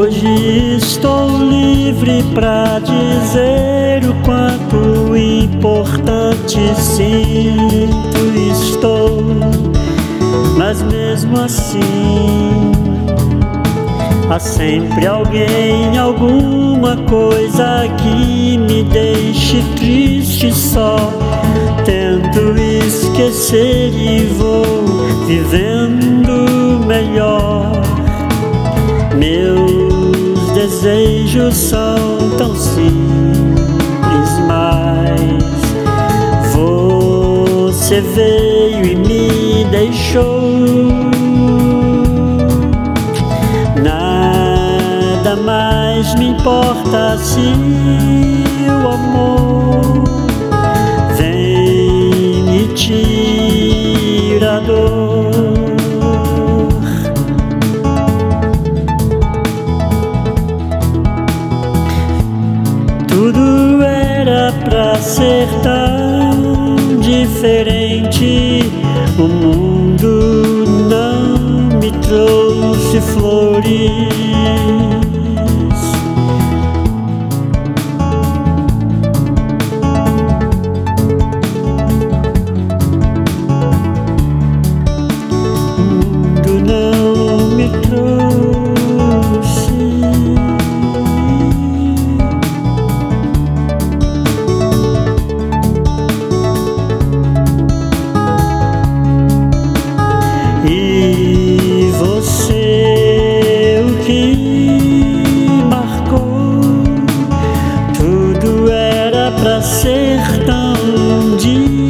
Hoje estou livre pra dizer o quanto importante sinto estou, mas mesmo assim há sempre alguém, alguma coisa que me deixe triste só. Tento esquecer e vou vivendo melhor. Meus desejos são tão simples, mas você veio e me deixou. Nada mais me importa se o amor vem e tira a dor. Tudo era pra ser tão diferente. O mundo não me trouxe flores. O mundo não me trouxe. E você, o que marcou, tudo era pra ser tão difícil.